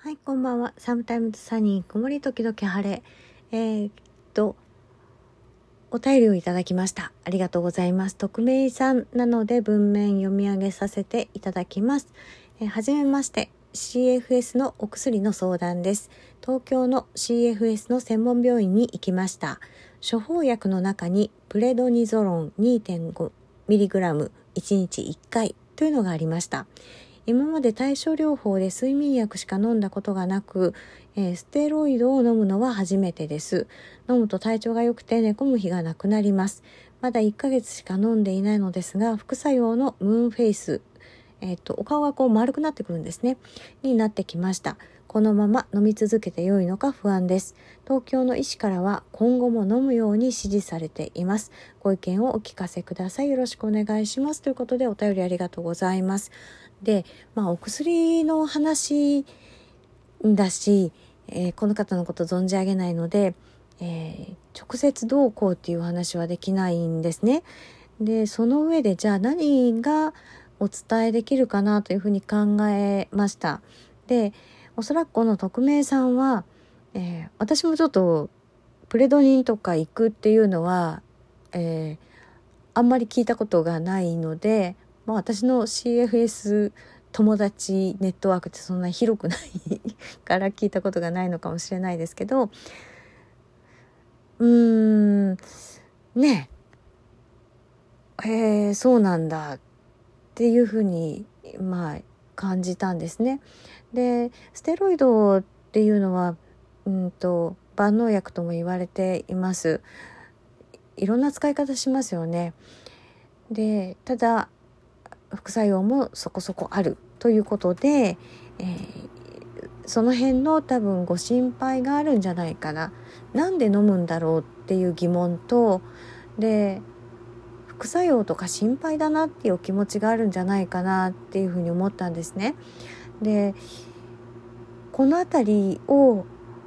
はい、こんばんは。サムタイムズサニー、曇り時々晴れ。お便りをいただきました。ありがとうございます。匿名さんなので文面読み上げさせていただきます。はじめまして。CFS のお薬の相談です。東京の CFS の専門病院に行きました。処方薬の中にプレドニゾロン 2.5mg 1日1回というのがありました。今まで対症療法で睡眠薬しか飲んだことがなく、ステロイドを飲むのは初めてです。飲むと体調が良くて寝込む日がなくなります。まだ1ヶ月しか飲んでいないのですが、副作用のムーンフェイス、お顔がこう丸くなってくるんですね。になってきました。このまま飲み続けて良いのか不安です。東京の医師からは今後も飲むように指示されています。ご意見をお聞かせください。よろしくお願いします。ということでお便りありがとうございます。で、お薬の話だし、この方のこと存じ上げないので、直接どうこうっていう話はできないんですね。で、その上でじゃあ何がお伝えできるかなというふうに考えました。で、おそらくこの匿名さんは、私もちょっとプレドニンとか行くっていうのは、あんまり聞いたことがないので、私の CFS 友達ネットワークってそんな広くないから聞いたことがないのかもしれないですけど、ねそうなんだっていうふうに感じたんですね。で、ステロイドっていうのは万能薬とも言われています。いろんな使い方しますよね。で、ただ副作用もそこそこあるということで、その辺の多分ご心配があるんじゃないかな。なんで飲むんだろうっていう疑問と、で副作用とか心配だなっていうお気持ちがあるんじゃないかなっていうふうに思ったんですね。で、このあたりを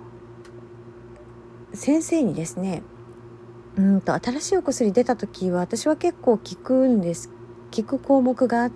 先生にですね、新しいお薬出た時は私は結構聞く項目があって、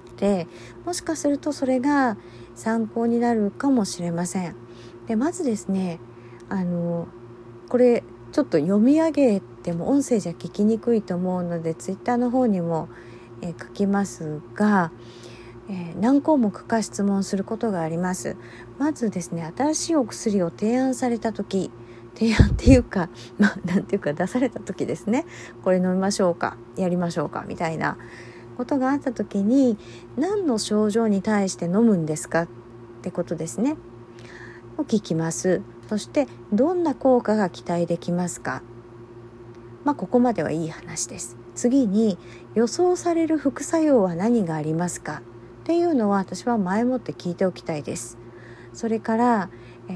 もしかするとそれが参考になるかもしれません。で、まずですね、これちょっと読み上げても音声じゃ聞きにくいと思うのでツイッターの方にも、書きますが、何項目か質問することがあります。まずですね、新しいお薬を提案された時、提案っていうか、なんていうか出された時ですね、これ飲みましょうか、やりましょうかみたいなことがあった時に、何の症状に対して飲むんですかってことですねを聞きます。そしてどんな効果が期待できますか。ここまではいい話です。次に、予想される副作用は何がありますかっていうのは私は前もって聞いておきたいです。それから、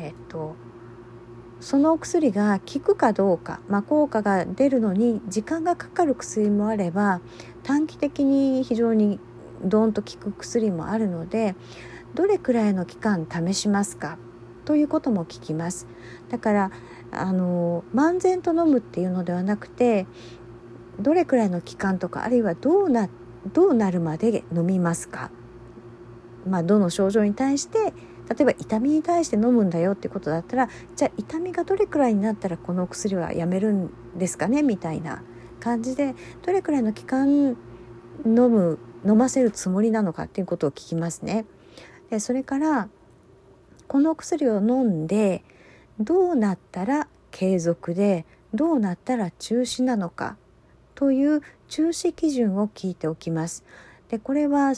そのお薬が効くかどうか、効果が出るのに時間がかかる薬もあれば、短期的に非常にドーンと効く薬もあるので、どれくらいの期間試しますかということも聞きます。だから漫然と飲むっていうのではなくて、どれくらいの期間とか、あるいはどうなるまで飲みますか。どの症状に対して、例えば痛みに対して飲むんだよっていうことだったら、じゃあ痛みがどれくらいになったらこの薬はやめるんですかねみたいな感じで、どれくらいの期間飲ませるつもりなのかっていうことを聞きますね。で、それからこの薬を飲んでどうなったら継続で、どうなったら中止なのかという中止基準を聞いておきます。で、これは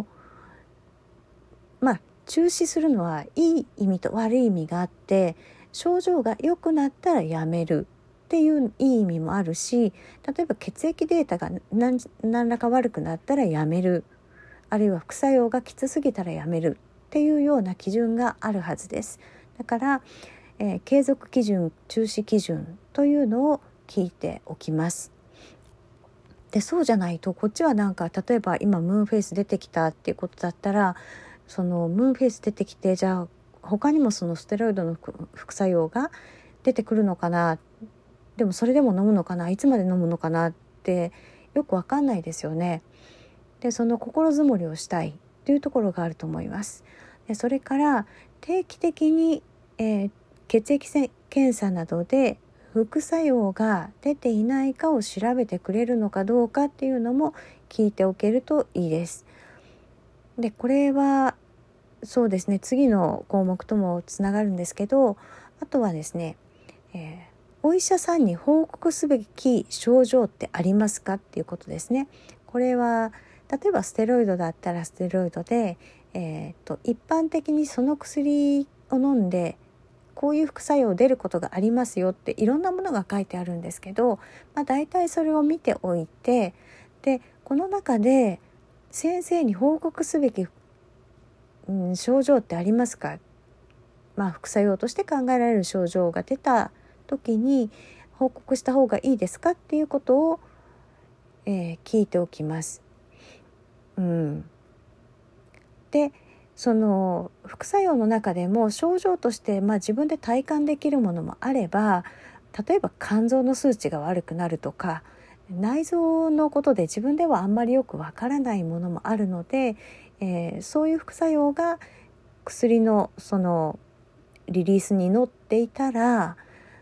中止するのはいい意味と悪い意味があって、症状が良くなったらやめるっていういい意味もあるし、例えば血液データが何らか悪くなったらやめる、あるいは副作用がきつすぎたらやめるっていうような基準があるはずです。だから、継続基準、中止基準というのを聞いておきます。で、そうじゃないとこっちは例えば今ムーンフェイス出てきたっていうことだったら、そのムーンフェイス出てきて、じゃあ他にもそのステロイドの副作用が出てくるのかな、でもそれでも飲むのかな、いつまで飲むのかなってよくわかんないですよね。で、その心づもりをしたいというところがあると思います。で、それから定期的に、血液検査などで副作用が出ていないかを調べてくれるのかどうかっていうのも聞いておけるといいです。でこれはそうですね、次の項目ともつながるんですけど、あとはですね、お医者さんに報告すべき症状ってありますかっていうことですね。これは例えばステロイドだったらステロイドで、一般的にその薬を飲んでこういう副作用出ることがありますよっていろんなものが書いてあるんですけど、大体それを見ておいて、でこの中で先生に報告すべき、症状ってありますか、副作用として考えられる症状が出た時に報告した方がいいですかっていうことを、聞いておきます。でその副作用の中でも症状として、自分で体感できるものもあれば、例えば肝臓の数値が悪くなるとか内臓のことで自分ではあんまりよくわからないものもあるので、そういう副作用が薬のそのリリースに乗っていたら、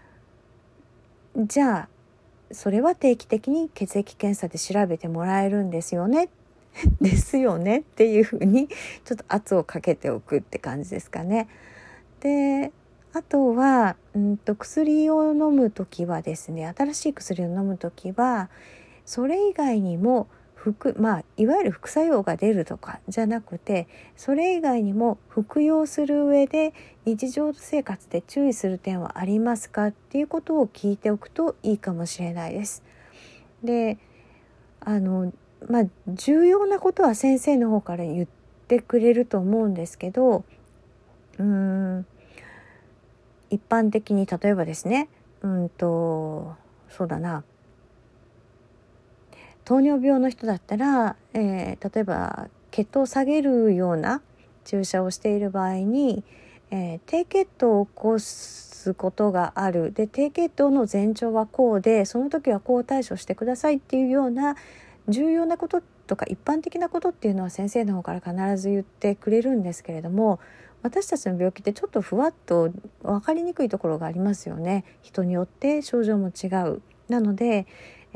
じゃあそれは定期的に血液検査で調べてもらえるんですよねですよねっていうふうにちょっと圧をかけておくって感じですかね。であとは、薬を飲むときはですね、新しい薬を飲むときはそれ以外にもいわゆる副作用が出るとかじゃなくて、それ以外にも服用する上で日常生活で注意する点はありますかっていうことを聞いておくといいかもしれないです。で重要なことは先生の方から言ってくれると思うんですけど、一般的に例えばですね、そうだな、糖尿病の人だったら、例えば血糖を下げるような注射をしている場合に、低血糖を起こすことがある、で低血糖の前兆はこうで、その時はこう対処してくださいっていうような重要なこととか一般的なことっていうのは先生の方から必ず言ってくれるんですけれども、私たちの病気ってちょっとふわっと分かりにくいところがありますよね。人によって症状も違う。なので、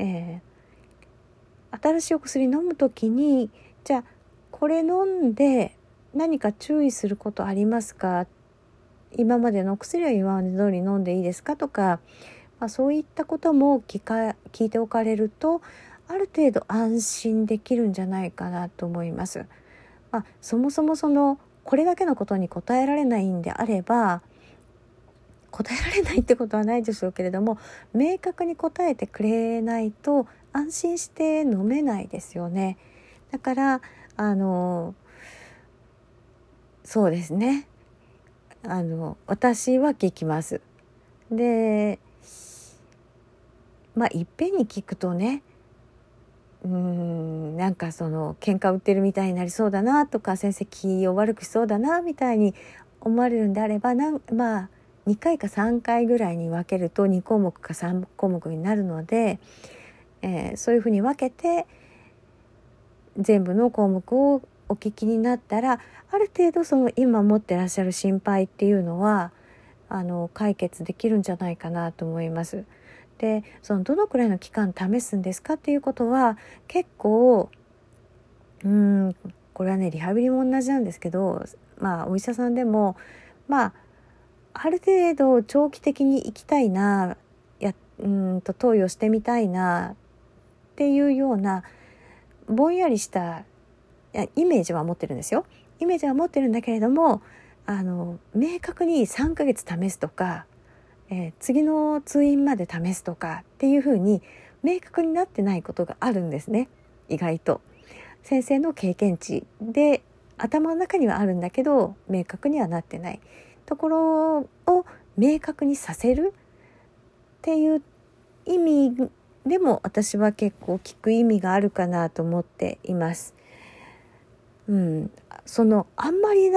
新しいお薬飲むときに、じゃあこれ飲んで何か注意することありますか、今までのお薬は今まで通り飲んでいいですかとか、そういったことも聞いておかれるとある程度安心できるんじゃないかなと思います。そもそもこれだけのことに答えられないんであれば、答えられないってことはないでしょうけれども、明確に答えてくれないと安心して飲めないですよね。だからそうですね、私は聞きます。でいっぺんに聞くとね、なんか喧嘩売ってるみたいになりそうだなとか、先生気を悪くしそうだなみたいに思われるんであれば、2回か3回ぐらいに分けると2項目か3項目になるので、そういうふうに分けて全部の項目をお聞きになったら、ある程度今持ってらっしゃる心配っていうのは解決できるんじゃないかなと思います。でどのくらいの期間試すんですかっていうことは結構これはねリハビリも同じなんですけど、お医者さんでもある程度長期的に行きたいな、投与してみたいなっていうようなぼんやりしたイメージは持ってるんですよ。イメージは持ってるんだけれども、明確に3ヶ月試すとか、次の通院まで試すとかっていうふうに明確になってないことがあるんですね。意外と先生の経験値で頭の中にはあるんだけど明確にはなってないところを明確にさせるっていう意味でも私は結構聞く意味があるかなと思っています。あんまり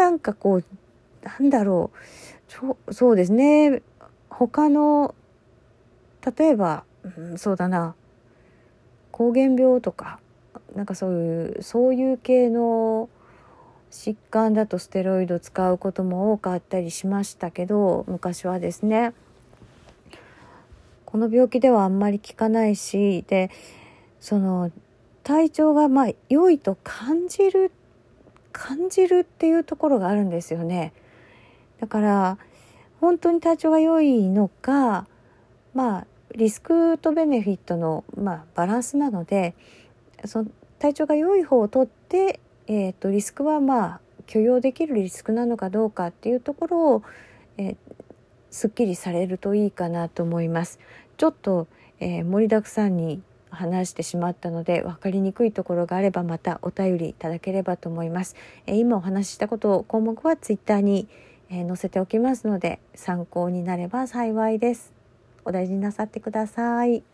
そうですね、他の例えば、そうだな、膠原病とかそういう系の疾患だとステロイド使うことも多かったりしましたけど、昔はですね、この病気ではあんまり効かないし、でその体調が良いと感じるっていうところがあるんですよね。だから本当に体調が良いのか、リスクとベネフィットの、バランスなので、その体調が良い方をとって、リスクは許容できるリスクなのかどうかっていうところを、すっきりされるといいかなと思います。ちょっと、盛りだくさんに話してしまったので分かりにくいところがあればまたお便りいただければと思います。今お話ししたこと項目はツイッターに、載せておきますので参考になれば幸いです。お大事になさってください。